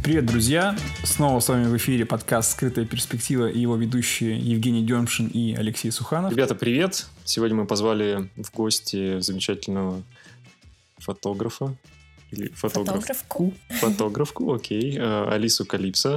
Привет, друзья! Снова с вами в эфире подкаст «Скрытая перспектива» и его ведущие Евгений Демшин и Алексей Суханов. Ребята, привет! Сегодня мы позвали в гости замечательного фотографа. Или фотографку, окей. Алису Калипсо.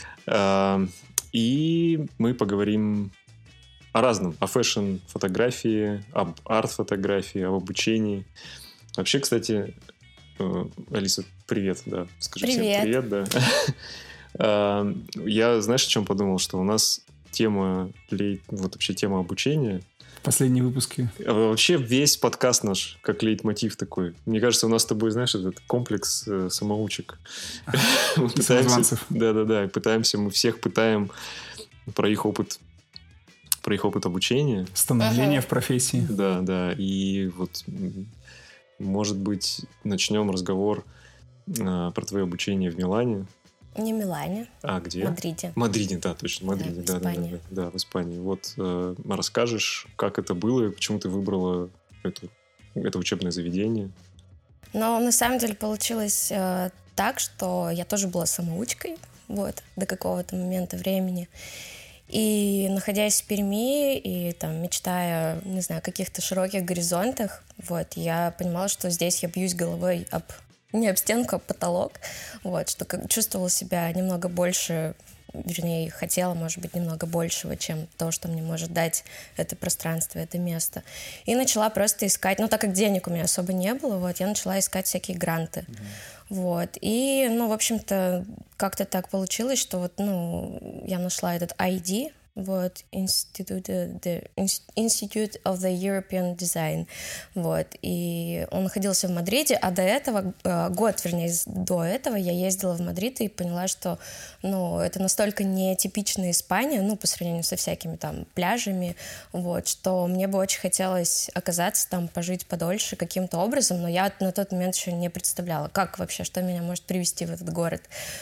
И мы поговорим о разном. О фэшн-фотографии, об арт-фотографии, об обучении. Вообще, кстати, Алиса, привет, да. Скажи всем привет, да. Я, знаешь, о чем подумал? Что у нас тема обучения. Последние выпуски. Вообще весь подкаст наш как лейтмотив такой. Мне кажется, у нас с тобой, знаешь, этот комплекс самоучек. Самозванцев. Да. Мы всех пытаем про их опыт обучения. Становление в профессии. Да. И вот, может быть, начнем разговор про твое обучение в Милане. Не Милане. А где? В Мадриде, да, точно, Мадриде. Да, в Испании. Да, в Испании. Вот расскажешь, как это было и почему ты выбрала это учебное заведение? Но на самом деле получилось так, что я тоже была самоучкой, до какого-то момента времени. И находясь в Перми и там мечтая, не знаю, о каких-то широких горизонтах, я понимала, что здесь я бьюсь головой не об стенку, а об потолок, что чувствовала себя немного больше, вернее, хотела, может быть, немного большего, чем то, что мне может дать это пространство, это место. И начала просто искать, так как денег у меня особо не было, я начала искать всякие гранты. И, в общем-то, как-то так получилось, что я нашла этот ID, Institute of the European Design. И он находился в Мадриде, а до этого, до этого я ездила в Мадрид и поняла, что, это настолько нетипичная Испания, по сравнению со всякими там пляжами, что мне бы очень хотелось оказаться там, пожить подольше каким-то образом, но я на тот момент еще не представляла, как вообще, что меня может привести в этот город.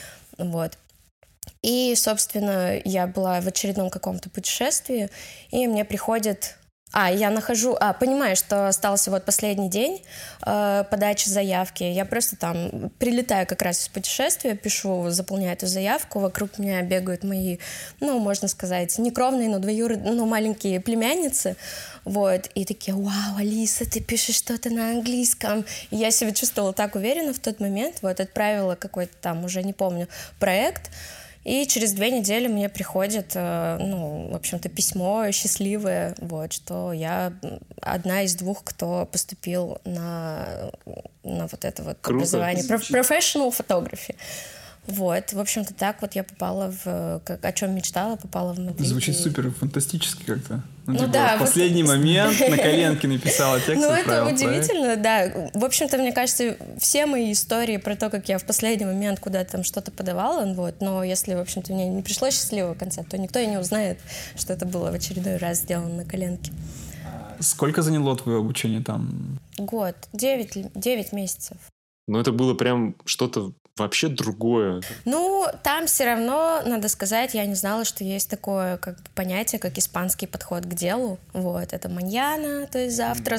И, собственно, я была в очередном каком-то путешествии, и мне приходит... понимаю, что остался последний день подачи заявки. Я просто там прилетаю как раз из путешествия, пишу, заполняю эту заявку, вокруг меня бегают мои, можно сказать, не кровные, но маленькие племянницы, и такие: «Вау, Алиса, ты пишешь что-то на английском». И я себя чувствовала так уверенно в тот момент, отправила какой-то там, уже не помню, проект. И через 2 недели мне приходит, в общем-то, письмо счастливое, что я одна из 2, кто поступил на это образование. Professional photography. В общем-то, так я попала о чем мечтала, попала в Мадрид. Звучит супер фантастически как-то. В последний момент на коленке написала текст. Это удивительно, да. В общем-то, мне кажется, все мои истории про то, как я в последний момент куда-то там что-то подавала, но если, в общем-то, мне не пришло счастливого конца, то никто и не узнает, что это было в очередной раз сделано на коленке. Сколько заняло твое обучение там? Год. 9 месяцев. Это было прям что-то вообще другое. Там все равно, надо сказать, я не знала, что есть такое понятие, как испанский подход к делу. Это маньяна, то есть завтра.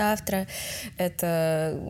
Это,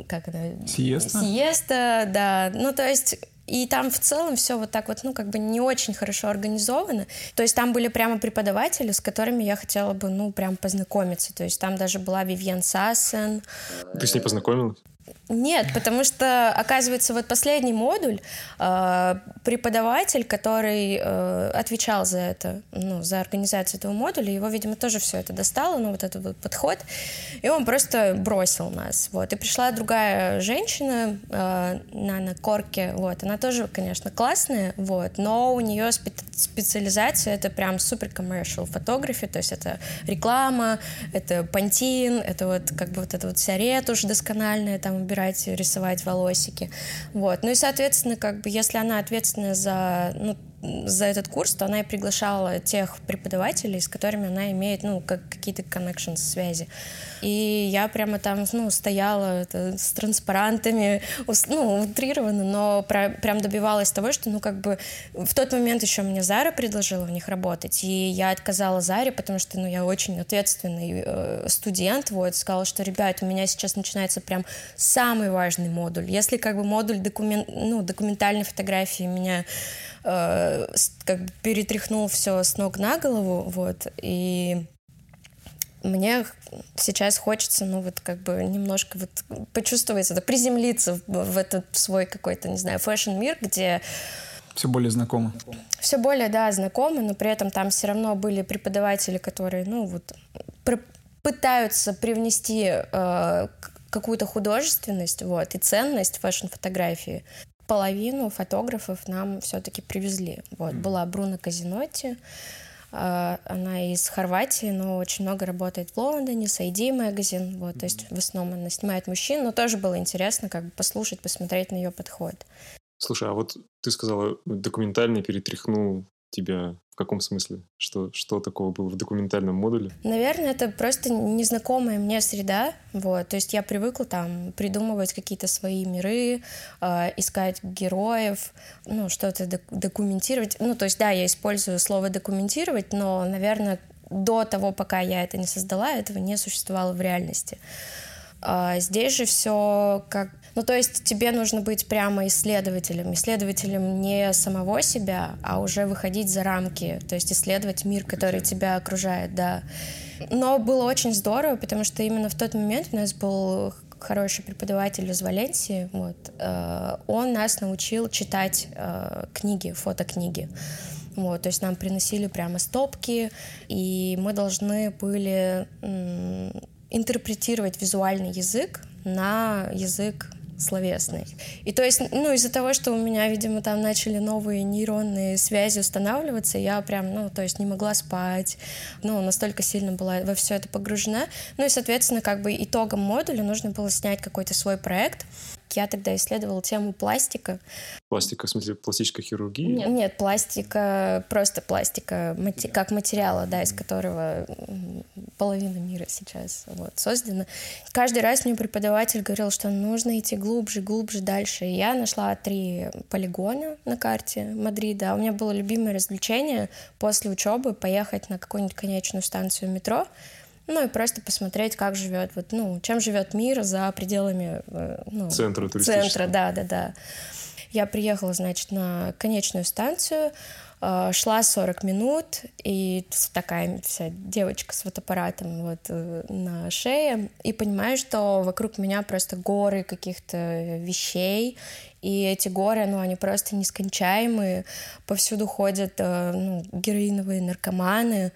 Сиеста, да. То есть... И там в целом все не очень хорошо организовано. То есть там были прямо преподаватели, с которыми я хотела бы, прям познакомиться. То есть там даже была Вивьен Сассен. Ты с ней познакомилась? Нет, потому что, оказывается, последний модуль, преподаватель, который отвечал за это, за организацию этого модуля, его, видимо, тоже все это достало, этот подход, и он просто бросил нас. И пришла другая женщина, Нана Корке, она тоже, конечно, классная, но у нее специализация — это прям супер commercial photography, то есть это реклама, это пантин, это эта вся ретушь доскональная, там убирать, рисовать волосики. И, соответственно, если она ответственна за за этот курс, то она и приглашала тех преподавателей, с которыми она имеет, ну, какие-то connections, связи. И я прямо там, ну, стояла с транспарантами, ну, утрированно, но прям добивалась того, что, ну, как бы в тот момент еще мне Зара предложила в них работать, и я отказала Заре, потому что, ну, я очень ответственный студент, вот, сказала, что, ребят, у меня сейчас начинается прям самый важный модуль. Если, как бы, модуль документальной фотографии меня как бы перетряхнул все с ног на голову, вот, и мне сейчас хочется, ну, вот, как бы немножко вот почувствовать это, приземлиться в этот свой какой-то, не знаю, фэшн-мир, где все более знакомо. Все более, да, знакомы, но при этом там все равно были преподаватели, которые, ну, вот, пытаются привнести какую-то художественность, вот, и ценность фэшн-фотографии. Половину фотографов нам все-таки привезли. Вот, была Бруно Казинотти, она из Хорватии, но очень много работает в Лондоне, с ID Magazine, вот, то есть в основном она снимает мужчин, но тоже было интересно как бы послушать, посмотреть на ее подход. Слушай, а вот ты сказала, документальный перетряхнул тебя в каком смысле? Что такого было в документальном модуле? Наверное, это просто незнакомая мне среда, вот, то есть я привыкла там придумывать какие-то свои миры, искать героев, ну, что-то документировать, ну, то есть, да, я использую слово «документировать», но, наверное, до того, пока я это не создала, этого не существовало в реальности. Здесь же все как... Ну, то есть тебе нужно быть прямо исследователем не самого себя, а уже выходить за рамки, то есть исследовать мир, который тебя окружает, да. Но было очень здорово, потому что именно в тот момент у нас был хороший преподаватель из Валенсии, вот, он нас научил читать книги, фотокниги. Вот, то есть нам приносили прямо стопки, и мы должны были интерпретировать визуальный язык на язык словесный. И то есть, ну, из-за того, что у меня, видимо, там начали новые нейронные связи устанавливаться, я прям, ну, то есть не могла спать, ну, настолько сильно была во все это погружена. Ну и, соответственно, как бы итогом модуля нужно было снять какой-то свой проект. Я тогда исследовала тему пластика. Пластика, в смысле, пластической хирургии? Нет, пластика, просто пластика, как материала, да, из которого половина мира сейчас вот, создана. Каждый раз мне преподаватель говорил, что нужно идти глубже, дальше. И я нашла 3 полигона на карте Мадрида. У меня было любимое развлечение после учебы поехать на какую-нибудь конечную станцию метро, ну и просто посмотреть, как живет, вот, ну, чем живет мир за пределами центра туристического. Центра, да. Я приехала, значит, на конечную станцию, шла 40 минут, и такая вся девочка с фотоаппаратом вот на шее, и понимаю, что вокруг меня просто горы каких-то вещей, и эти горы, ну, они просто нескончаемые, повсюду ходят героиновые наркоманы,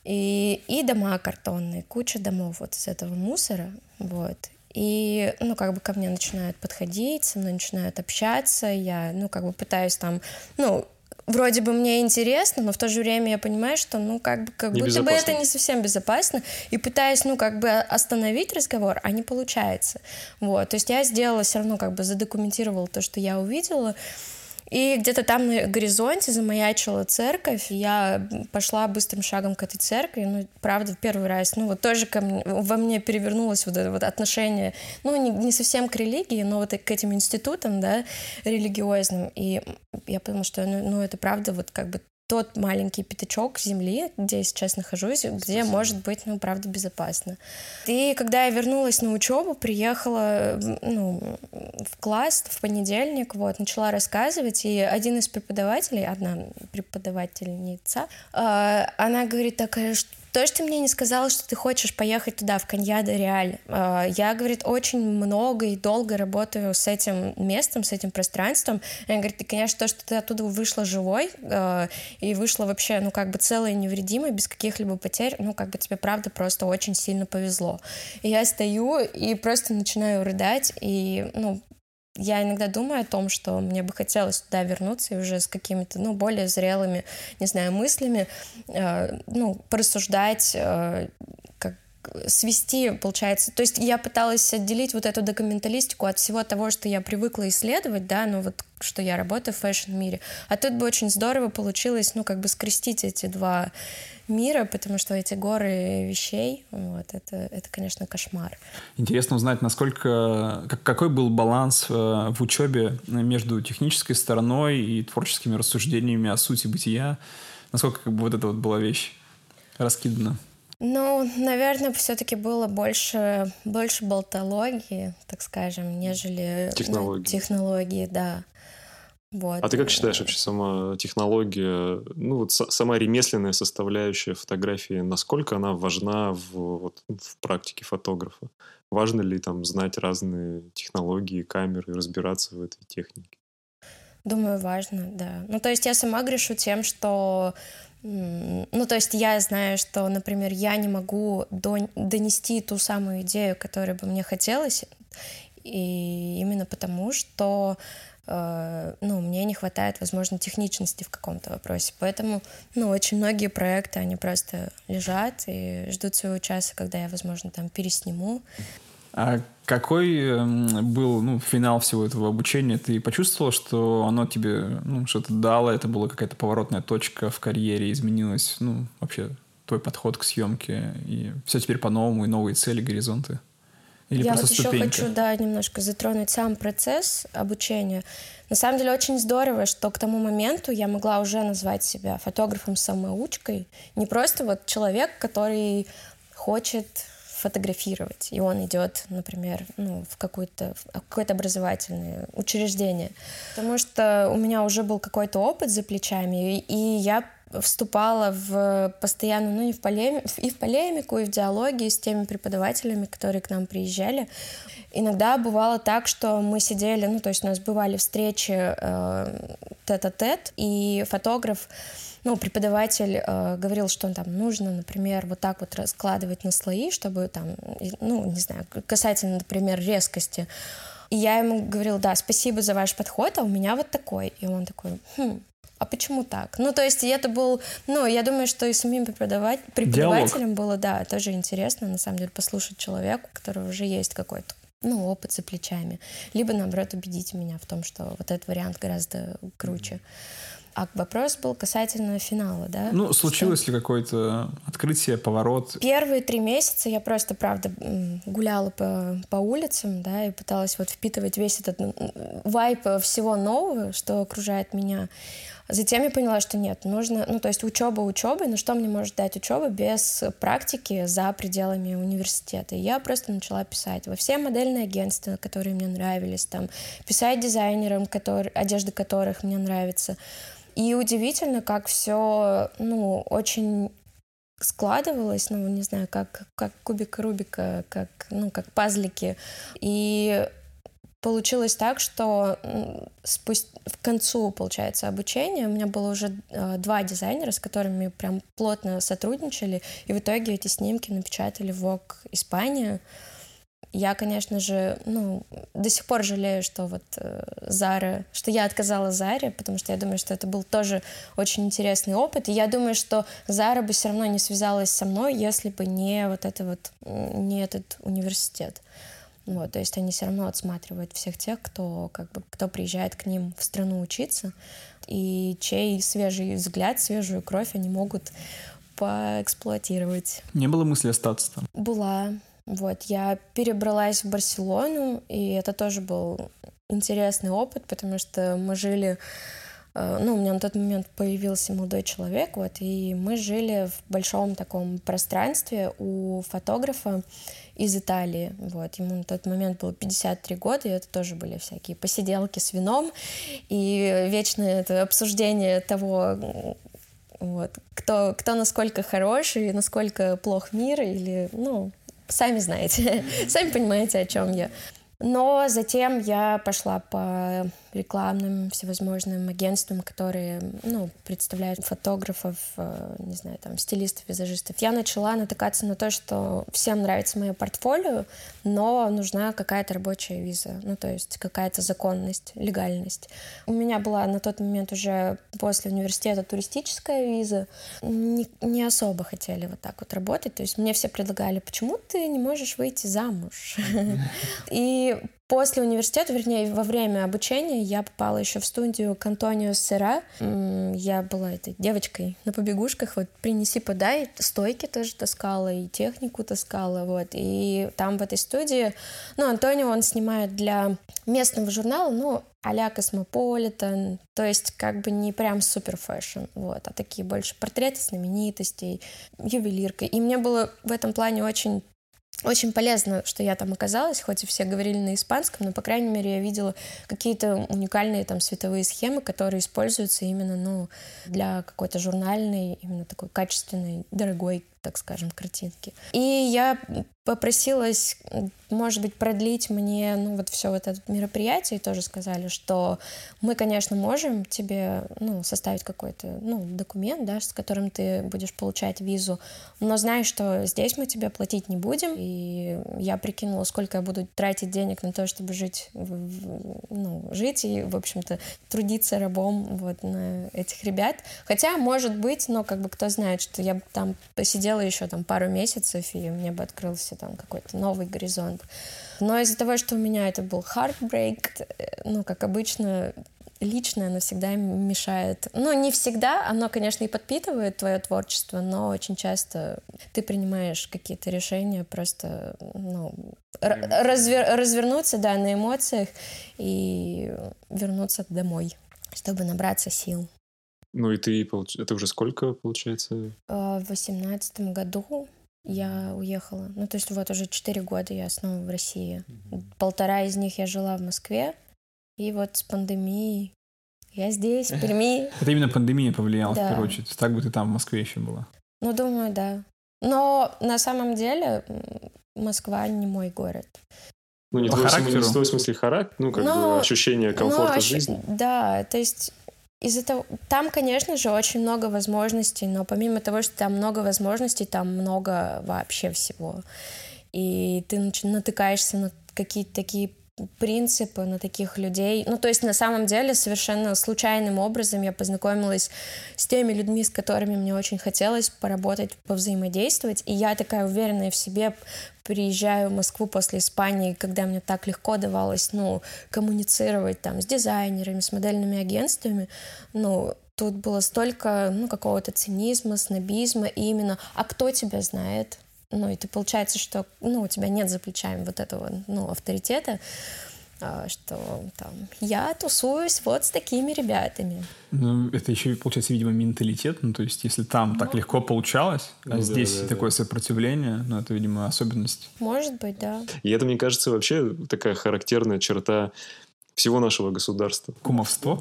и дома картонные, куча домов вот из этого мусора, вот. И, ну, как бы ко мне начинают подходить, со мной начинают общаться, я, ну, как бы пытаюсь там, ну, вроде бы мне интересно, но в то же время я понимаю, что, ну, как будто бы это не совсем безопасно, и пытаюсь, ну, как бы остановить разговор, а не получается. Вот, то есть я сделала все равно, как бы задокументировала то, что я увидела, и где-то там на горизонте замаячила церковь, я пошла быстрым шагом к этой церкви, ну, правда, в первый раз, ну, вот тоже во мне перевернулось вот это вот отношение, ну, не совсем к религии, но вот к этим институтам, да, религиозным, и я подумала, что, ну, это правда вот как бы тот маленький пятачок земли, где я сейчас нахожусь, где может быть, ну, правда, безопасно. И когда я вернулась на учебу, приехала, ну, в класс в понедельник, вот, начала рассказывать, и один из преподавателей, одна преподавательница, она говорит такая, что то, что ты мне не сказала, что ты хочешь поехать туда, в Канья-де-Реаль. Я, говорит, очень много и долго работаю с этим местом, с этим пространством. Она говорит, и, конечно, то, что ты оттуда вышла живой и вышла вообще, ну, как бы целой и невредимой, без каких-либо потерь, ну, как бы тебе, правда, просто очень сильно повезло. И я стою и просто начинаю рыдать, и, ну, я иногда думаю о том, что мне бы хотелось туда вернуться и уже с какими-то, ну, более зрелыми, не знаю, мыслями, ну, порассуждать, свести, получается. То есть я пыталась отделить вот эту документалистику от всего того, что я привыкла исследовать, да, ну вот что я работаю в фэшн-мире. А тут бы очень здорово получилось, ну как бы скрестить эти два мира, потому что эти горы вещей, вот, это конечно, кошмар. Интересно узнать, какой был баланс в учебе между технической стороной и творческими рассуждениями о сути бытия. Насколько как бы вот эта вот была вещь раскидана? Ну, наверное, все-таки было больше болтологии, так скажем, нежели технологии, да. Вот. А ты как считаешь вообще сама технология, ну вот сама ремесленная составляющая фотографии, насколько она важна в практике фотографа? Важно ли там знать разные технологии, камеры, разбираться в этой технике? Думаю, важно, да. Ну, то есть я сама грешу тем, что... Ну, то есть я знаю, что, например, я не могу донести ту самую идею, которую бы мне хотелось, и именно потому, что мне не хватает, возможно, техничности в каком-то вопросе. Поэтому, очень многие проекты, они просто лежат и ждут своего часа, когда я, возможно, там пересниму. А какой был финал всего этого обучения? Ты почувствовала, что оно тебе что-то дало, это была какая-то поворотная точка в карьере, изменилось вообще твой подход к съемке, и все теперь по-новому, и новые цели, горизонты? Или я просто вот еще ступенька? хочу, немножко затронуть сам процесс обучения. На самом деле очень здорово, что к тому моменту я могла уже назвать себя фотографом-самоучкой, не просто вот человек, который хочет фотографировать, и он идет, например, в какое-то образовательное учреждение. Потому что у меня уже был какой-то опыт за плечами, и я вступала в постоянно, и в полемику, и в диалоги с теми преподавателями, которые к нам приезжали. Иногда бывало так, что мы сидели, то есть у нас бывали встречи тет-а-тет, и фотограф, преподаватель говорил, что там нужно, например, вот так вот раскладывать на слои, чтобы там, не знаю, касательно, например, резкости. И я ему говорила: да, спасибо за ваш подход, а у меня вот такой. И он такой: а почему так? То есть это был, я думаю, что и самим преподавателям было, тоже интересно, на самом деле, послушать человека, у которого уже есть какой-то, опыт за плечами. Либо, наоборот, убедить меня в том, что вот этот вариант гораздо круче. А вопрос был касательно финала, да? Случилось ли какое-то открытие, поворот? Первые 3 месяца я просто, правда, гуляла по улицам, да, и пыталась впитывать весь этот вайб всего нового, что окружает меня. Затем я поняла, что нет, нужно, то есть учеба учебой, но что мне может дать учеба без практики за пределами университета? И я просто начала писать во все модельные агентства, которые мне нравились, там, писать дизайнерам, одежда которых мне нравится. И удивительно, как все, очень складывалось, не знаю, как кубик Рубика, как пазлики. И получилось так, что к концу, получается, обучения у меня было уже 2 дизайнера, с которыми прям плотно сотрудничали, и в итоге эти снимки напечатали в Vogue Испания. Я, конечно же, до сих пор жалею, что что я отказала Заре, потому что я думаю, что это был тоже очень интересный опыт, и я думаю, что Зара бы все равно не связалась со мной, если бы не не этот университет. То есть они все равно отсматривают всех тех, кто приезжает к ним в страну учиться, и чей свежий взгляд, свежую кровь они могут поэксплуатировать. Не было мысли остаться там? Была. Я перебралась в Барселону, и это тоже был интересный опыт, потому что мы жили... у меня на тот момент появился молодой человек, и мы жили в большом таком пространстве у фотографа из Италии. Ему на тот момент было 53 года, и это тоже были всякие посиделки с вином, и вечное это обсуждение того, кто насколько хороший, насколько плох мир, или, сами знаете, сами понимаете, о чем я. Но затем я пошла по рекламным всевозможным агентствам, которые, ну, представляют фотографов, не знаю, там, стилистов, визажистов. Я начала натыкаться на то, что всем нравится мое портфолио, но нужна какая-то рабочая виза, ну, то есть какая-то законность, легальность. У меня была на тот момент уже после университета туристическая виза. Не особо хотели вот так вот работать, то есть мне все предлагали, почему ты не можешь выйти замуж? И после университета, вернее, во время обучения я попала еще в студию к Антонио Сера. Я была этой девочкой на побегушках, вот принеси, подай, стойки тоже таскала, и технику таскала, вот. И там в этой студии, ну, Антонио, он снимает для местного журнала, ну, а-ля Космополитен, то есть как бы не прям супер фэшн, вот, а такие больше портреты знаменитостей, ювелирка. И мне было в этом плане очень полезно, что я там оказалась, хоть и все говорили на испанском, но, по крайней мере, я видела какие-то уникальные там световые схемы, которые используются именно, ну, для какой-то журнальной, именно такой качественной, дорогой, так скажем, картинки. И я попросилась, может быть, продлить мне, ну, вот все вот это мероприятие, и тоже сказали, что мы, конечно, можем тебе, ну, составить какой-то, ну, документ, да, с которым ты будешь получать визу, но знай, что здесь мы тебе платить не будем. И я прикинула, сколько я буду тратить денег на то, чтобы жить, ну, жить и, в общем-то, трудиться рабом вот на этих ребят. Хотя, может быть, но как бы кто знает, что я бы там посидела еще там пару месяцев, и мне бы открылся там какой-то новый горизонт. Но из-за того, что у меня это был heartbreak, ну, как обычно, личное, оно всегда мешает. Ну, не всегда, оно, конечно, и подпитывает твое творчество, но очень часто ты принимаешь какие-то решения просто, ну, развернуться, да, на эмоциях и вернуться домой, чтобы набраться сил. Ну и ты, это уже сколько, получается? В 18 году я уехала. Ну, то есть вот уже 4 года я снова в России. 1,5 из них я жила в Москве. И вот с пандемией я здесь, в Перми. Это именно пандемия повлияла, Да. в первую очередь. Так бы ты там в Москве еще была. Ну, думаю, да. Но на самом деле Москва не мой город. Ну, не По в характеру? смысле характер, ну, как бы ощущение комфорта жизни. Да, то есть из-за того... Там, конечно же, очень много возможностей, но помимо того, что там много возможностей, там много вообще всего. И ты натыкаешься на какие-то такие принципы, на таких людей. Ну, то есть, на самом деле, совершенно случайным образом я познакомилась с теми людьми, с которыми мне очень хотелось поработать, повзаимодействовать. И я такая уверенная в себе приезжаю в Москву после Испании, когда мне так легко давалось, ну, коммуницировать там с дизайнерами, с модельными агентствами. Ну, тут было столько, ну, какого-то цинизма, снобизма, и именно «а кто тебя знает?» Ну, и ты, получается, что, ну, у тебя нет за плечами вот этого, ну, авторитета, что там я тусуюсь вот с такими ребятами. Ну, это еще, получается, видимо, менталитет. Ну, то есть, если там так легко получалось, а здесь такое сопротивление, ну, это, видимо, особенность. Может быть, да. И это, мне кажется, вообще такая характерная черта всего нашего государства. Кумовство?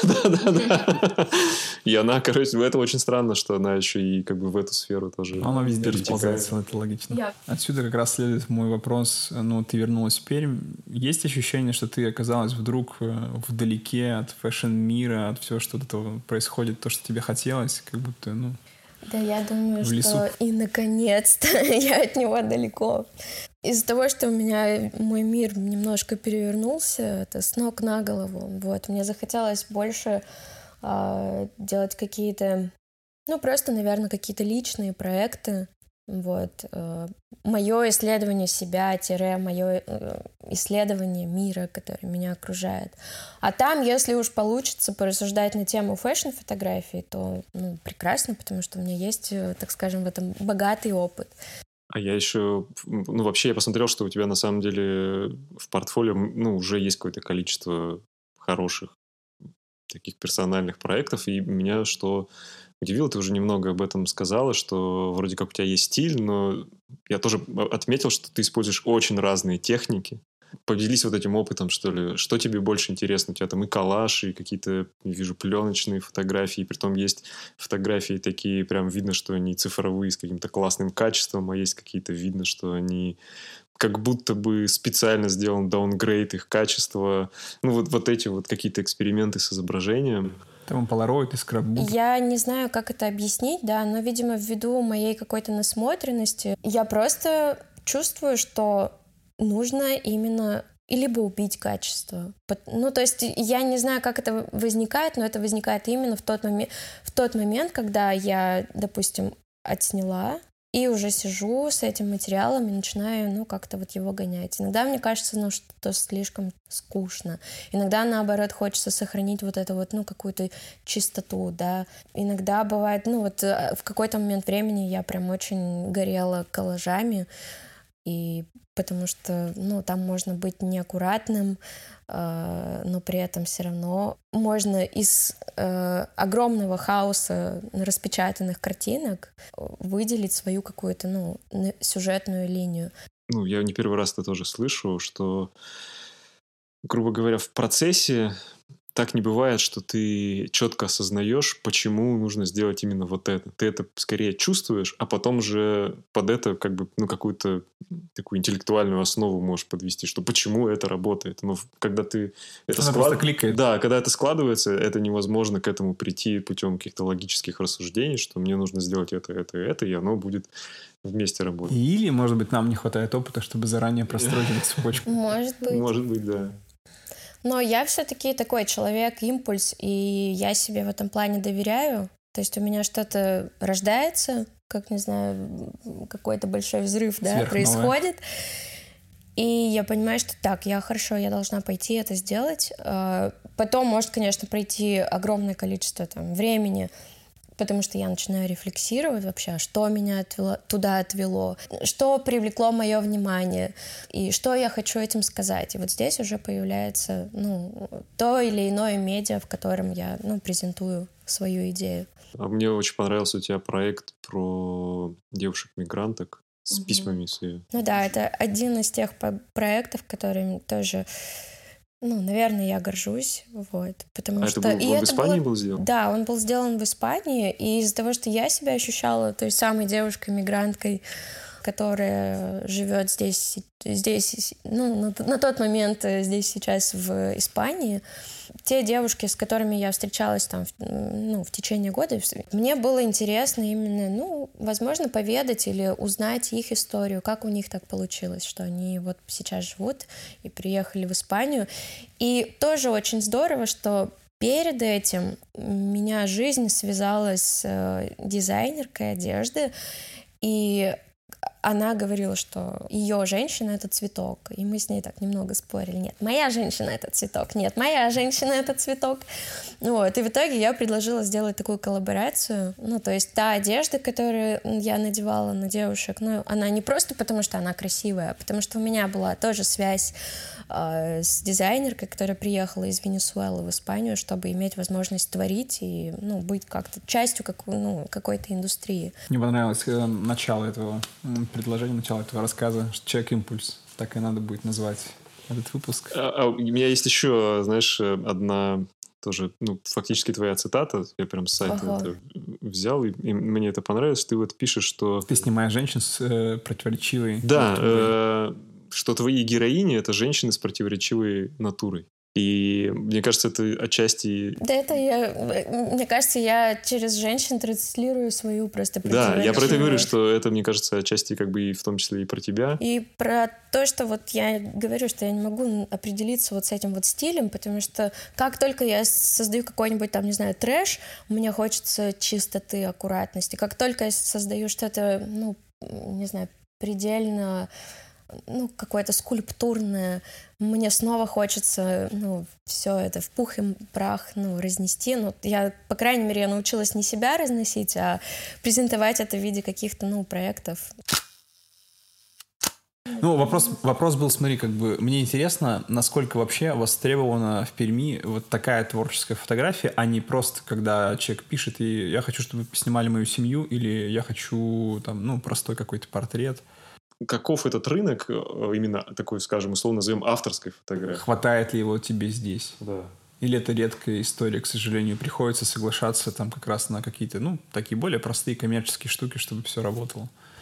Да. И она, короче, это очень странно, что она еще и как бы в эту сферу тоже Она везде перетекает. расползается, это логично. Отсюда как раз следует мой вопрос. Ну, ты вернулась в Пермь. Есть ощущение, что ты оказалась вдруг вдалеке от фэшн-мира, от всего, что этого происходит, то, что тебе хотелось, как будто, ну... Да, я думаю, в лесу. что и наконец-то я от него далеко. Из-за того, что у меня мой мир немножко перевернулся, это с ног на голову. Вот, мне захотелось больше делать какие-то, ну, просто, наверное, какие-то личные проекты. Вот. Мое исследование себя, мое исследование мира, который меня окружает. А там, если уж получится порассуждать на тему фэшн-фотографии, то, ну, прекрасно, потому что у меня есть, так скажем, в этом богатый опыт. А я еще... Ну, вообще, я посмотрел, что у тебя на самом деле в портфолио, ну, уже есть какое-то количество хороших таких персональных проектов. И меня что удивило, ты уже немного об этом сказала, что вроде как у тебя есть стиль, но я тоже отметил, что ты используешь очень разные техники. Поделись вот этим опытом, что ли. Что тебе больше интересно? У тебя там и коллаж, и какие-то, я вижу, пленочные фотографии. Притом есть фотографии такие, прям видно, что они цифровые, с каким-то классным качеством, а есть какие-то, видно, что они как будто бы специально сделан даунгрейд их качества. Ну, вот эти вот какие-то эксперименты с изображением. Там Polaroid и скраббук. Я не знаю, как это объяснить, да, но, видимо, ввиду моей какой-то насмотренности, я просто чувствую, что нужно именно и либо убить качество. Ну, то есть я не знаю, как это возникает, но это возникает именно в тот момент, когда я, допустим, отсняла и уже сижу с этим материалом и начинаю, ну, как-то вот его гонять. Иногда мне кажется, ну, что слишком скучно. Иногда, наоборот, хочется сохранить вот это вот, ну, какую-то чистоту, да. Иногда бывает, ну, вот в какой-то момент времени я прям очень горела коллажами, и потому что, ну, там можно быть неаккуратным, но при этом все равно можно из огромного хаоса распечатанных картинок выделить свою какую-то, ну, сюжетную линию. Ну, я не первый раз это тоже слышу, что, грубо говоря, в процессе так не бывает, что ты четко осознаешь, почему нужно сделать именно вот это. Ты это скорее чувствуешь, а потом же под это как бы, ну, какую-то такую интеллектуальную основу можешь подвести, что почему это работает. Но когда ты это просто кликает. Да, когда это складывается, это невозможно к этому прийти путем каких-то логических рассуждений, что мне нужно сделать это, и оно будет вместе работать. Или, может быть, нам не хватает опыта, чтобы заранее простроить эту цепочку. Может быть. Может быть, да. Но я все-таки такой человек-импульс, и я себе в этом плане доверяю. То есть у меня что-то рождается, как, не знаю, какой-то большой взрыв, да, происходит. И я понимаю, что так, я должна пойти это сделать. Потом может, конечно, пройти огромное количество там времени, потому что я начинаю рефлексировать вообще, что меня туда отвело, что привлекло мое внимание, и что я хочу этим сказать. И вот здесь уже появляется, ну, то или иное медиа, в котором я, ну, презентую свою идею. А мне очень понравился у тебя проект про девушек-мигранток с письмами. Ну да, это один из тех проектов, которыми тоже... Ну, наверное, я горжусь, вот, потому что... Это в Испании был сделан? Да, он был сделан в Испании, и из-за того, что я себя ощущала той самой девушкой-мигранткой, которая живет здесь, ну, на тот момент здесь сейчас в Испании, те девушки, с которыми я встречалась там, ну, в течение года, мне было интересно именно, ну, возможно, поведать или узнать их историю, как у них так получилось, что они вот сейчас живут и приехали в Испанию. И тоже очень здорово, что перед этим меня жизнь связалась с дизайнеркой одежды, и она говорила, что ее женщина — это цветок. И мы с ней так немного спорили. Нет, моя женщина — это цветок. Нет, моя женщина — это цветок. Вот. И в итоге я предложила сделать такую коллаборацию. Ну, то есть та одежда, которую я надевала на девушек, ну, она не просто потому, что она красивая, а потому что у меня была тоже связь с дизайнеркой, которая приехала из Венесуэлы в Испанию, чтобы иметь возможность творить и, ну, быть как-то частью какой-то индустрии. Мне понравилось начало этого предложения, начало этого рассказа, что «Человек-импульс». Так и надо будет назвать этот выпуск. У меня есть еще, знаешь, одна тоже, ну, фактически твоя цитата. Я прям с сайта это взял, и мне это понравилось. Ты вот пишешь, что... Ты снимаешь женщин с противоречивой... Да, что твои героини — это женщины с противоречивой натурой. И мне кажется, это отчасти... Да, мне кажется, я через женщин транслирую свою просто противоречивую... Да, я про это говорю, что это, мне кажется, отчасти как бы и в том числе и про тебя. И про то, что вот я говорю, что я не могу определиться вот с этим вот стилем, потому что как только я создаю какой-нибудь там, не знаю, трэш, мне хочется чистоты, аккуратности. Как только я создаю что-то, ну, не знаю, предельно... ну, какое-то скульптурное, мне снова хочется, ну, все это в пух и прах, ну, разнести. Ну, я, по крайней мере, я научилась не себя разносить, а презентовать это в виде каких-то, ну, проектов. Ну, вопрос был, смотри, как бы, мне интересно, насколько вообще востребована в Перми вот такая творческая фотография, а не просто, когда человек пишет, и я хочу, чтобы снимали мою семью, или я хочу, там, ну, простой какой-то портрет. Каков этот рынок, именно такой, скажем, условно назовем авторской фотографии? Хватает ли его тебе здесь? Да. Или это редкая история, к сожалению, приходится соглашаться там как раз на какие-то, ну, такие более простые коммерческие штуки, чтобы все работало?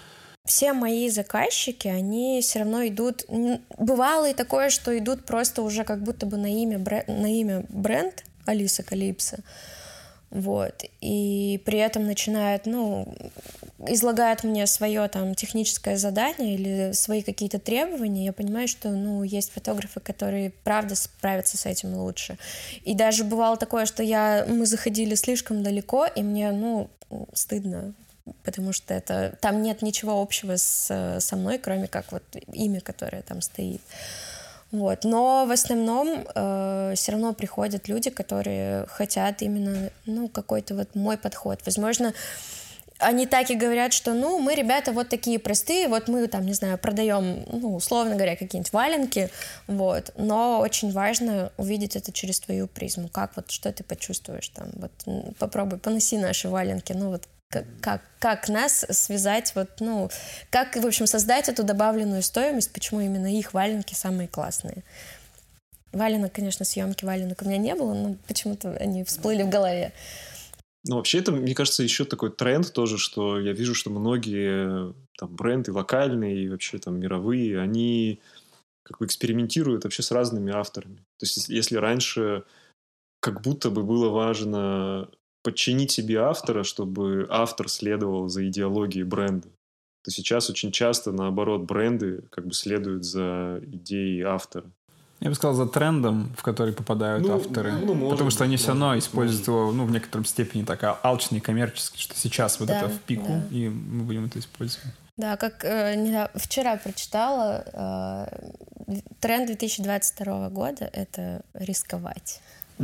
все мои заказчики, они все равно идут... Бывало и такое, что идут просто уже как будто бы на имя бренд Алиса Калипсо. Вот. И при этом начинают, излагают мне свое там техническое задание или свои какие-то требования. Я понимаю, что, есть фотографы, которые, правда, справятся с этим лучше. И даже бывало такое, что мы заходили слишком далеко, и мне, стыдно, потому что там нет ничего общего со мной, кроме как вот имя, которое там стоит. Вот. Но в основном все равно приходят люди, которые хотят именно какой-то вот мой подход. Возможно, они так и говорят, что мы, ребята, вот такие простые, вот мы там, не знаю, продаем, условно говоря, какие-нибудь валенки, вот. Но очень важно увидеть это через твою призму. Что ты почувствуешь там, вот попробуй, поноси наши валенки, как нас связать, как, в общем, создать эту добавленную стоимость, почему именно их валенки самые классные. Валенок, конечно, съемки валенок у меня не было, но почему-то они всплыли в голове. Вообще это, мне кажется, еще такой тренд тоже, что я вижу, что многие там бренды локальные и вообще там мировые, они как бы экспериментируют вообще с разными авторами. То есть если раньше как будто бы было важно подчинить себе автора, чтобы автор следовал за идеологией бренда, то сейчас очень часто, наоборот, бренды как бы следуют за идеей автора. Я бы сказал, за трендом, в который попадают авторы. Потому что они все равно используют его, в некотором степени так алчно и коммерчески, что сейчас вот это в пику, и мы будем это использовать. Да, как вчера прочитала, тренд 2022 года — это рисковать.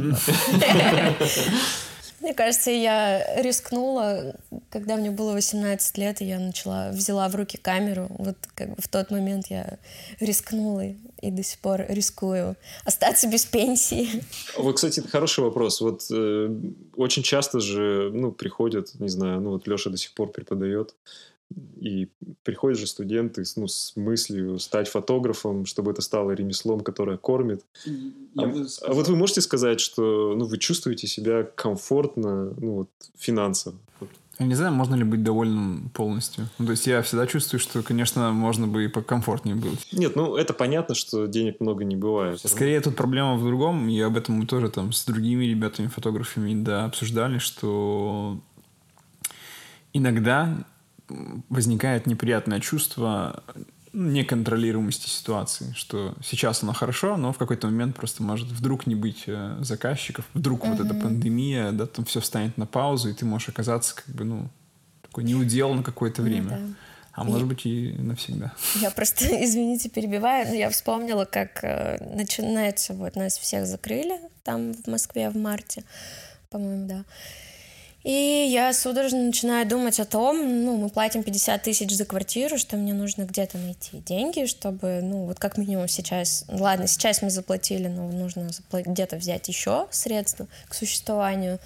Мне кажется, я рискнула, когда мне было 18 лет, и я взяла в руки камеру. Вот как бы в тот момент я рискнула и до сих пор рискую остаться без пенсии. Вот, кстати, это хороший вопрос. Вот очень часто же, приходят, не знаю, вот Леша до сих пор преподает, и приходят же студенты с мыслью стать фотографом, чтобы это стало ремеслом, которое кормит. А вот вы можете сказать, что вы чувствуете себя комфортно финансово? Я не знаю, можно ли быть довольным полностью. То есть я всегда чувствую, что, конечно, можно бы и покомфортнее быть. Нет, это понятно, что денег много не бывает. Скорее тут проблема в другом, и об этом мы тоже там с другими ребятами, фотографами, обсуждали, что иногда возникает неприятное чувство неконтролируемости ситуации, что сейчас оно хорошо, но в какой-то момент просто может вдруг не быть заказчиков, вдруг вот эта пандемия, там все встанет на паузу, и ты можешь оказаться такой неудел на какое-то время. А может быть и навсегда. Я просто, извините, перебиваю, но я вспомнила, как начинается, нас всех закрыли там в Москве в марте, по-моему, да. И я судорожно начинаю думать о том, мы платим 50 тысяч за квартиру, что мне нужно где-то найти деньги, чтобы, вот как минимум сейчас, ладно, сейчас мы заплатили, но нужно где-то взять еще средства к существованию.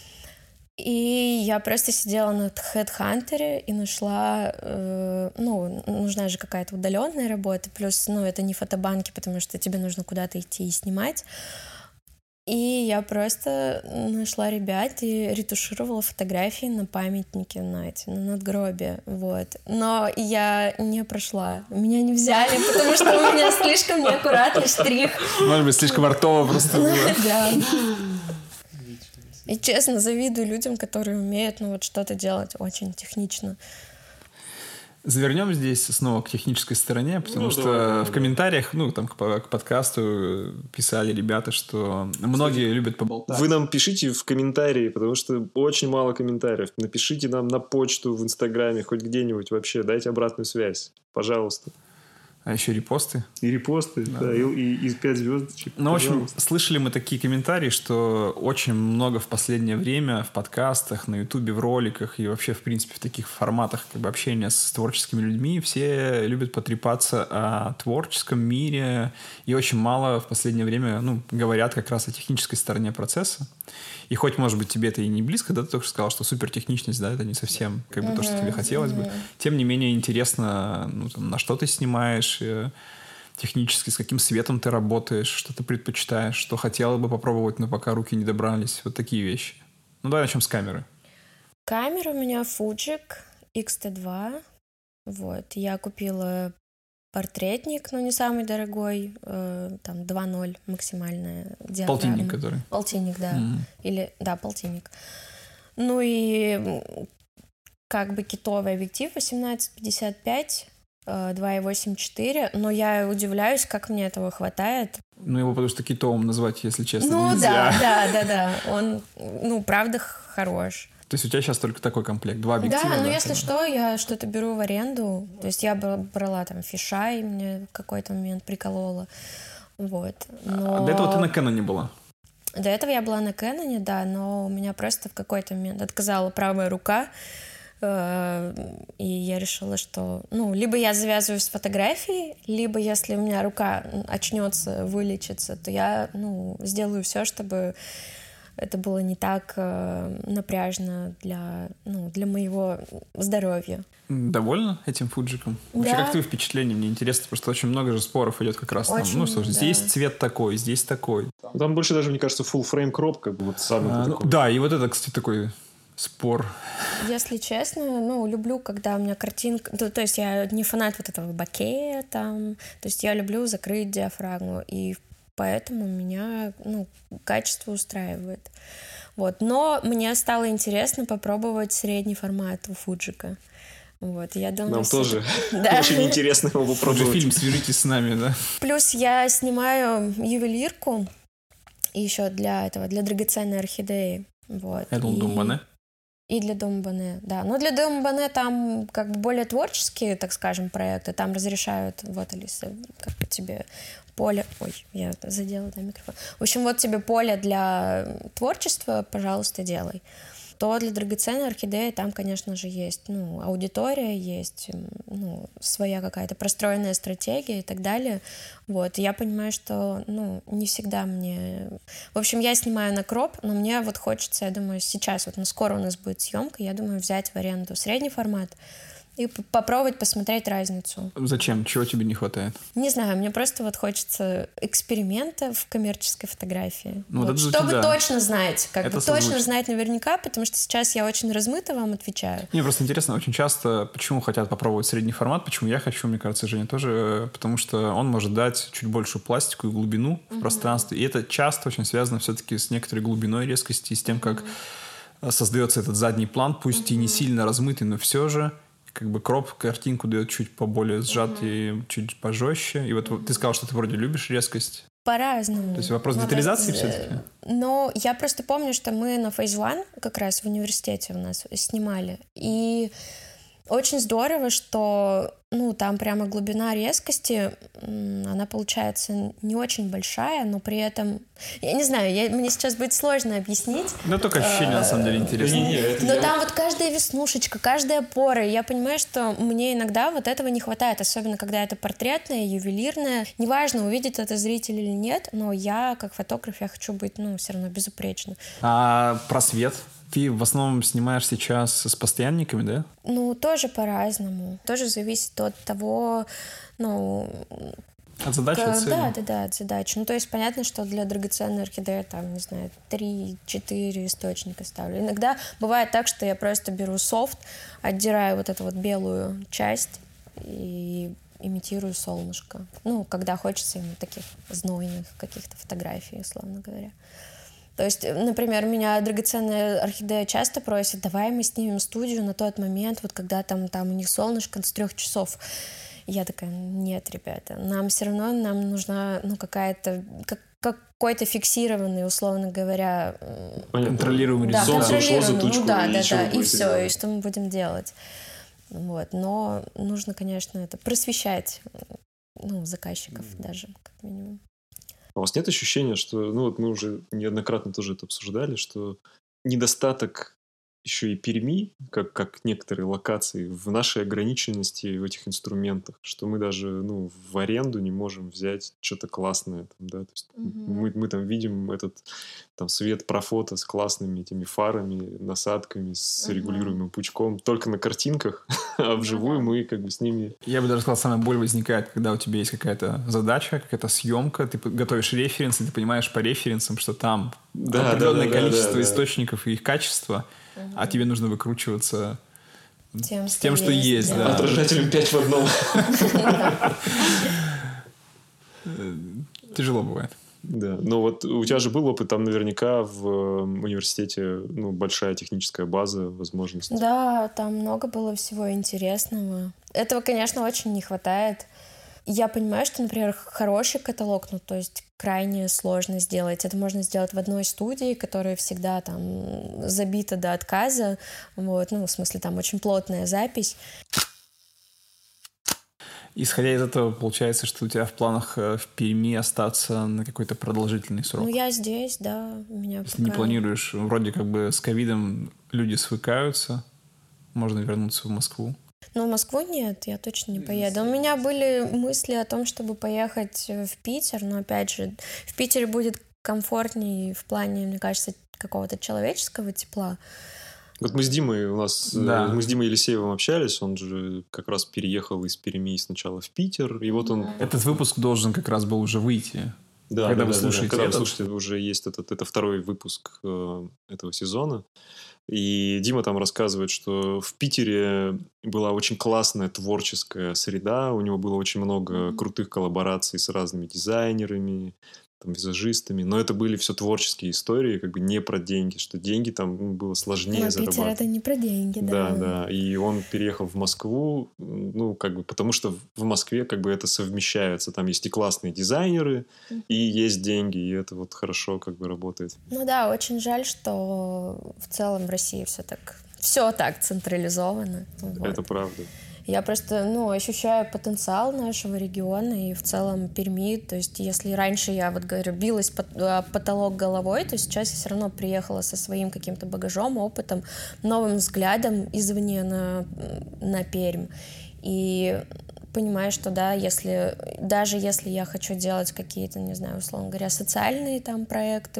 И я просто сидела на HeadHunter и нашла, нужна же какая-то удаленная работа, плюс, это не фотобанки, потому что тебе нужно куда-то идти и снимать. И я просто нашла ребят и ретушировала фотографии на памятнике на надгробие, вот. Но я не прошла, меня не взяли, потому что у меня слишком неаккуратный штрих. Может быть, слишком артово просто было. Да. И честно завидую людям, которые умеют, что-то делать очень технично. Завернем здесь снова к технической стороне, потому что в комментариях, там к подкасту писали ребята, что многие любят поболтать. Вы нам пишите в комментарии, потому что очень мало комментариев. Напишите нам на почту, в Инстаграме, хоть где-нибудь вообще. Дайте обратную связь, пожалуйста. А еще репосты. И репосты, да, и 5 звездочек. В общем, слышали мы такие комментарии, что очень много в последнее время в подкастах, на Ютубе, в роликах и вообще, в принципе, в таких форматах общения с творческими людьми все любят потрепаться о творческом мире и очень мало в последнее время говорят как раз о технической стороне процесса. И хоть, может быть, тебе это и не близко, да, ты только что сказал, что супертехничность, да, это не совсем то, что тебе хотелось бы. Тем не менее, интересно, на что ты снимаешь, технически, с каким светом ты работаешь, что ты предпочитаешь, что хотела бы попробовать, но пока руки не добрались. Вот такие вещи. Давай начнем с камеры. Камера у меня Fuji X-T2. Вот. Я купила портретник, но не самый дорогой, там 2.0 максимальная диафрагма. Полтинник, который? Полтинник, да. Или, да, полтинник. Ну и как бы китовый объектив 18-55, 2.8-4, но я удивляюсь, как мне этого хватает. Ну, его потому что китовым назвать, если честно, Ну нельзя. да. Он, ну, правда хорош. То есть у тебя сейчас только такой комплект, 2 объектива? Да, но если что, я что-то беру в аренду. То есть я брала там фишай, мне в какой-то момент приколола. Вот. Но... До этого ты на Кэноне была? До этого я была на Кэноне, да, но у меня просто в какой-то момент отказала правая рука, и я решила, что, ну, либо я завязываю с фотографией, либо если у меня рука очнется, вылечится, то я, ну, сделаю все, чтобы это было не так напряжно для моего здоровья. Довольна этим фуджиком? Вообще, Да. как твои впечатления? Мне интересно, потому что очень много же споров идет как раз там. Очень, Ну, что ж, да. здесь цвет такой, здесь такой. Там больше даже, мне кажется, full frame crop, как бы вот самый такой. Да, и вот это, кстати, такой спор. Если честно, ну, люблю, когда у меня картинка... То есть я не фанат вот этого боке там. То есть я люблю закрыть диафрагму. И поэтому меня, ну, качество устраивает. Вот. Но мне стало интересно попробовать средний формат у Фуджика. Вот. Я думаю, Нам тоже Да. очень интересно его Уже попробовать. фильм «Свяжитесь с нами», да? Плюс я снимаю ювелирку еще для драгоценной орхидеи. Вот. Я думал, Думбане. И для Домбане, да. Но для Домбане там как бы более творческие, так скажем, проекты. Там разрешают, вот, Алиса, как бы тебе поле... Ой, я задела, да, микрофон. В общем, вот тебе поле для творчества, пожалуйста, делай. То для драгоценной орхидеи там, конечно же, есть, ну, аудитория, есть, ну, своя какая-то простроенная стратегия и так далее. Вот, и я понимаю, что, ну, не всегда мне... В общем, я снимаю на кроп, но мне вот хочется, я думаю, сейчас, вот, ну, скоро у нас будет съемка, я думаю, взять в аренду средний формат и попробовать посмотреть разницу. Зачем? Чего тебе не хватает? Не знаю, мне просто вот хочется эксперимента в коммерческой фотографии. Ну, Вот, это звучит, чтобы да. точно знать, как Это бы точно созвучно. знать наверняка, потому что сейчас я очень размыто вам отвечаю. Мне просто интересно, очень часто, почему хотят попробовать средний формат, почему я хочу, мне кажется, Женя тоже, потому что он может дать чуть большую пластику и глубину в пространстве, и это часто очень связано все-таки с некоторой глубиной резкости, и с тем, как создается этот задний план, пусть и не сильно размытый, но все же как бы кроп картинку дает чуть поболее сжатый, чуть пожестче. И вот ты сказал, что ты вроде любишь резкость. По-разному. То есть вопрос детализации все-таки? Но я просто помню, что мы на Phase One как раз в университете у нас снимали. И очень здорово, что, ну, там прямо глубина резкости, она получается не очень большая, но при этом... Я не знаю, мне сейчас будет сложно объяснить. Ну, только ощущение, на самом деле, интересно. Но там вот каждая веснушечка, каждая пора. И я понимаю, что мне иногда вот этого не хватает, особенно когда это портретное, ювелирное. Неважно, увидит это зритель или нет, но я, как фотограф, я хочу быть, ну, все равно безупречна. А про свет? Ты в основном снимаешь сейчас с постоянниками, да? Ну, тоже по-разному. Тоже зависит от того, ну... От задачи, от цели? Да, от задачи. Ну, то есть понятно, что для драгоценной орхидеи там, не знаю, 3-4 источника ставлю. Иногда бывает так, что я просто беру софт, отдираю вот эту вот белую часть и имитирую солнышко. Ну, когда хочется именно таких знойных каких-то фотографий, условно говоря. То есть, например, меня драгоценная орхидея часто просит, давай мы снимем студию на тот момент, вот когда там у них солнышко с 3 часов. И я такая, нет, ребята, нам все равно нужна, ну, какой-то фиксированный, условно говоря... Контролируемый Да, результат. контролируемый, точку, ну да, и чего и будет все, делать. и что мы будем делать. Вот. Но нужно, конечно, это просвещать, ну, заказчиков даже, как минимум. А у вас нет ощущения, что, ну вот мы уже неоднократно тоже это обсуждали, что недостаток еще и Перми, как некоторые локации, в нашей ограниченности в этих инструментах, что мы даже, ну, в аренду не можем взять что-то классное, там, да, то есть мы там видим этот там свет профото с классными этими фарами, насадками, с регулируемым пучком только на картинках, а вживую мы как бы с ними... Я бы даже сказал, самая боль возникает, когда у тебя есть какая-то задача, какая-то съемка, ты готовишь референсы, ты понимаешь по референсам, что там определенное количество источников и их качество, а тебе нужно выкручиваться с тем, что есть, да. Отражателем 5 в одном. Тяжело бывает. Да, но вот у тебя же был опыт, там наверняка в университете большая техническая база, возможностей. Да, там много было всего интересного. Этого, конечно, очень не хватает. Я понимаю, что, например, хороший каталог, то есть крайне сложно сделать. Это можно сделать в одной студии, которая всегда там забита до отказа. Вот, в смысле, там очень плотная запись. Исходя из этого, получается, что у тебя в планах в Перми остаться на какой-то продолжительный срок? Я здесь, да. У меня Если не планируешь, вроде как бы с ковидом люди свыкаются, можно вернуться в Москву. В Москву нет, я точно не поеду. У меня были мысли о том, чтобы поехать в Питер, но, опять же, в Питере будет комфортнее в плане, мне кажется, какого-то человеческого тепла. Вот мы с Димой мы с Димой Елисеевым общались, он же как раз переехал из Перми сначала в Питер, и вот он... Этот выпуск должен как раз был уже выйти. Да, когда вы слушаете когда вы слушаете, уже есть это второй выпуск этого сезона. И Дима там рассказывает, что в Питере была очень классная творческая среда, у него было очень много крутых коллабораций с разными дизайнерами, визажистами, но это были все творческие истории, как бы не про деньги, что деньги там было сложнее зарабатывать. Питер — это не про деньги, да. Да, и он переехал в Москву, потому что в Москве как бы это совмещается, там есть и классные дизайнеры, и есть деньги, и это вот хорошо как бы работает. Да, очень жаль, что в целом в России все так централизовано. Это правда. Я просто, ощущаю потенциал нашего региона и в целом Перми. То есть, если раньше я, говорю, билась под потолок головой, то сейчас я все равно приехала со своим каким-то багажом, опытом, новым взглядом извне на Пермь. И понимаю, что да, даже если я хочу делать какие-то, не знаю, условно говоря, социальные там проекты,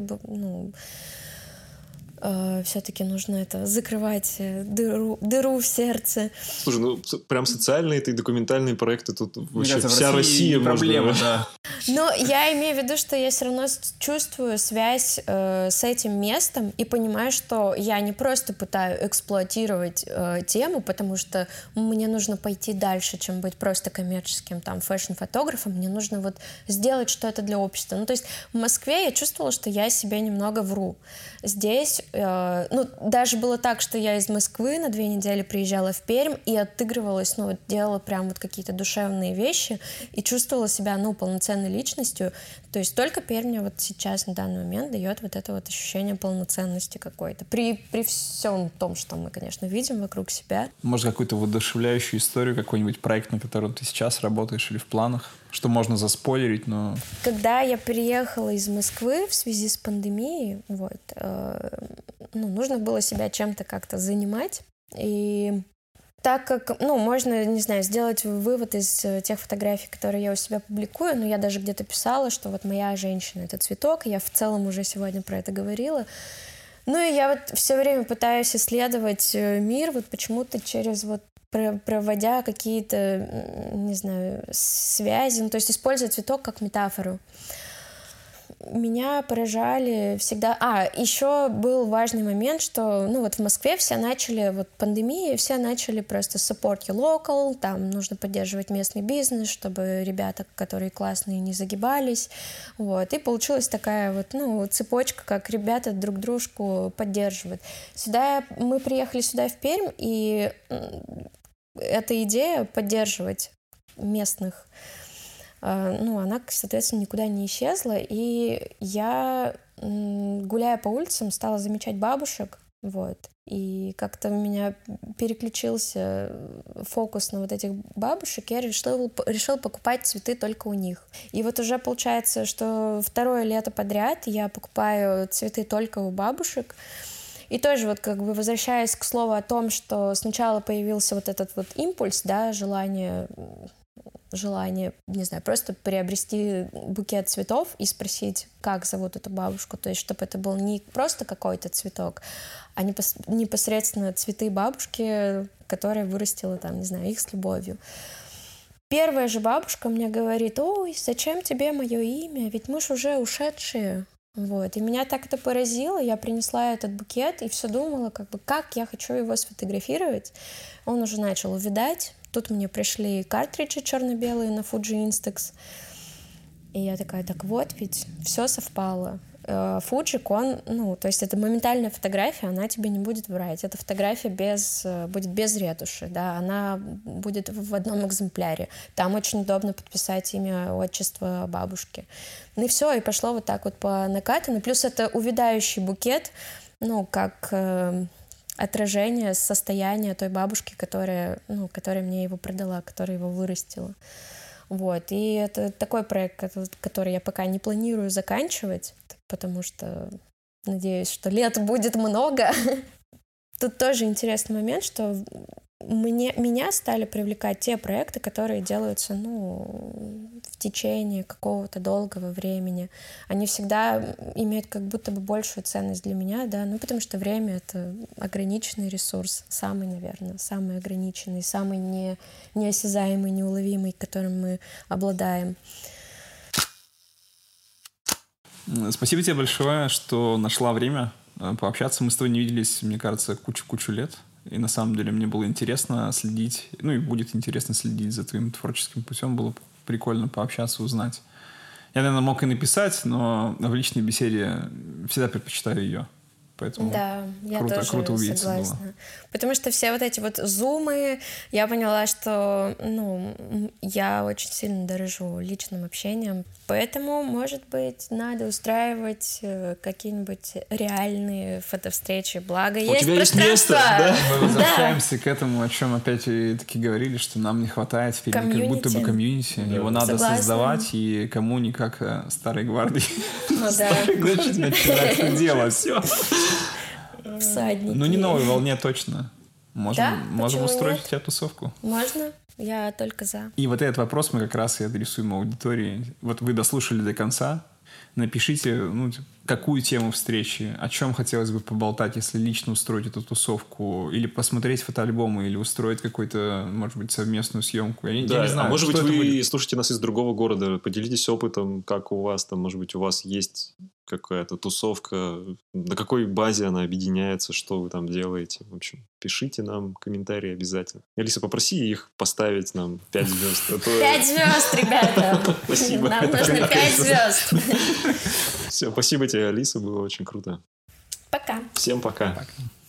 все-таки нужно закрывать дыру в сердце. Слушай, прям социальные и документальные проекты тут вообще вся Россия проблема, да. Но я имею в виду, что я все равно чувствую связь с этим местом и понимаю, что я не просто пытаюсь эксплуатировать тему, потому что мне нужно пойти дальше, чем быть просто коммерческим фэшн-фотографом. Мне нужно сделать что-то для общества. То есть в Москве я чувствовала, что я себе немного вру. Здесь, даже было так, что я из Москвы на 2 недели приезжала в Пермь и отыгрывалась, делала прям какие-то душевные вещи и чувствовала себя, полноценной личностью. То есть только Пермь мне сейчас, на данный момент, дает это ощущение полноценности какой-то. При всем том, что мы, конечно, видим вокруг себя. Может, какую-то воодушевляющую историю, какой-нибудь проект, на котором ты сейчас работаешь или в планах? Что можно заспойлерить, но... Когда я приехала из Москвы в связи с пандемией, нужно было себя чем-то как-то занимать. И так как, можно, не знаю, сделать вывод из тех фотографий, которые я у себя публикую, но я даже где-то писала, что моя женщина — это цветок, я в целом уже сегодня про это говорила. И я все время пытаюсь исследовать мир почему-то через проводя какие-то, не знаю, связи, то есть используя цветок как метафору. Меня поражали всегда... еще был важный момент, что, в Москве все начали, пандемии, все начали просто support your local, там нужно поддерживать местный бизнес, чтобы ребята, которые классные, не загибались, и получилась такая цепочка, как ребята друг дружку поддерживают. Мы приехали сюда в Пермь, и эта идея поддерживать местных, она, соответственно, никуда не исчезла. И я, гуляя по улицам, стала замечать бабушек, и как-то у меня переключился фокус на этих бабушек, я решила покупать цветы только у них. И уже получается, что 2-е лето подряд я покупаю цветы только у бабушек. И тоже возвращаясь к слову о том, что сначала появился этот импульс, да, желание, не знаю, просто приобрести букет цветов и спросить, как зовут эту бабушку, то есть чтобы это был не просто какой-то цветок, а непосредственно цветы бабушки, которая вырастила не знаю, их с любовью. Первая же бабушка мне говорит: ой, зачем тебе мое имя, ведь мы ж уже ушедшие. Вот. И меня так это поразило. Я принесла этот букет и все думала, как я хочу его сфотографировать. Он уже начал увядать. Тут мне пришли картриджи черно-белые на Fuji Instax. И я такая, так вот ведь все совпало. Fuji, то есть это моментальная фотография, она тебе не будет врать. Эта фотография будет без ретуши, да, она будет в одном экземпляре. Там очень удобно подписать имя, отчество бабушки. Ну и все, и пошло вот так вот по накатанной. Плюс это увядающий букет, как отражение состояния той бабушки, которая мне его продала, которая его вырастила. Вот, и это такой проект, который я пока не планирую заканчивать, потому что надеюсь, что лет будет много. Тут тоже интересный момент, что меня стали привлекать те проекты, которые делаются, в течение какого-то долгого времени. Они всегда имеют как будто бы большую ценность для меня, да, потому что время — это ограниченный ресурс, самый, наверное, самый ограниченный, самый неосязаемый, неуловимый, которым мы обладаем. Спасибо тебе большое, что нашла время пообщаться. Мы с тобой не виделись, мне кажется, кучу лет. И на самом деле мне было интересно следить, и будет интересно следить за твоим творческим путем. Было прикольно пообщаться, узнать. Я, наверное, мог и написать, но в личной беседе всегда предпочитаю ее. Поэтому да, я тоже увидеться согласна. было. Потому что все вот эти вот зумы, я поняла, что я очень сильно дорожу личным общением. Поэтому, может быть, надо устраивать какие-нибудь реальные фотовстречи. Благо, у есть тебя пространство. Есть место, да? Мы возвращаемся к этому, о чем опять-таки говорили, что нам не хватает в фильме как будто бы комьюнити. Да. Его надо создавать, и кому не как старой гвардии. Значит, начинается дело, все. Всадники. Не новой волне точно. Можем устроить нет? у тебя тусовку. Можно. Я только за. И вот этот вопрос мы как раз и адресуем аудитории. Вот вы дослушали до конца. Напишите, какую тему встречи, о чем хотелось бы поболтать, если лично устроить эту тусовку, или посмотреть фотоальбомы, или устроить какую-то, может быть, совместную съемку. Я не знаю, а может быть, вы слушаете нас из другого города, поделитесь опытом, как у вас там, может быть, у вас есть какая-то тусовка, на какой базе она объединяется, что вы там делаете. В общем, пишите нам комментарии обязательно. Алиса, попроси их поставить нам 5 звезд. 5 звезд, ребята! Спасибо. Нам нужно 5 звезд. Все, спасибо тебе, Алиса, было очень круто. Пока. Всем пока. Пока.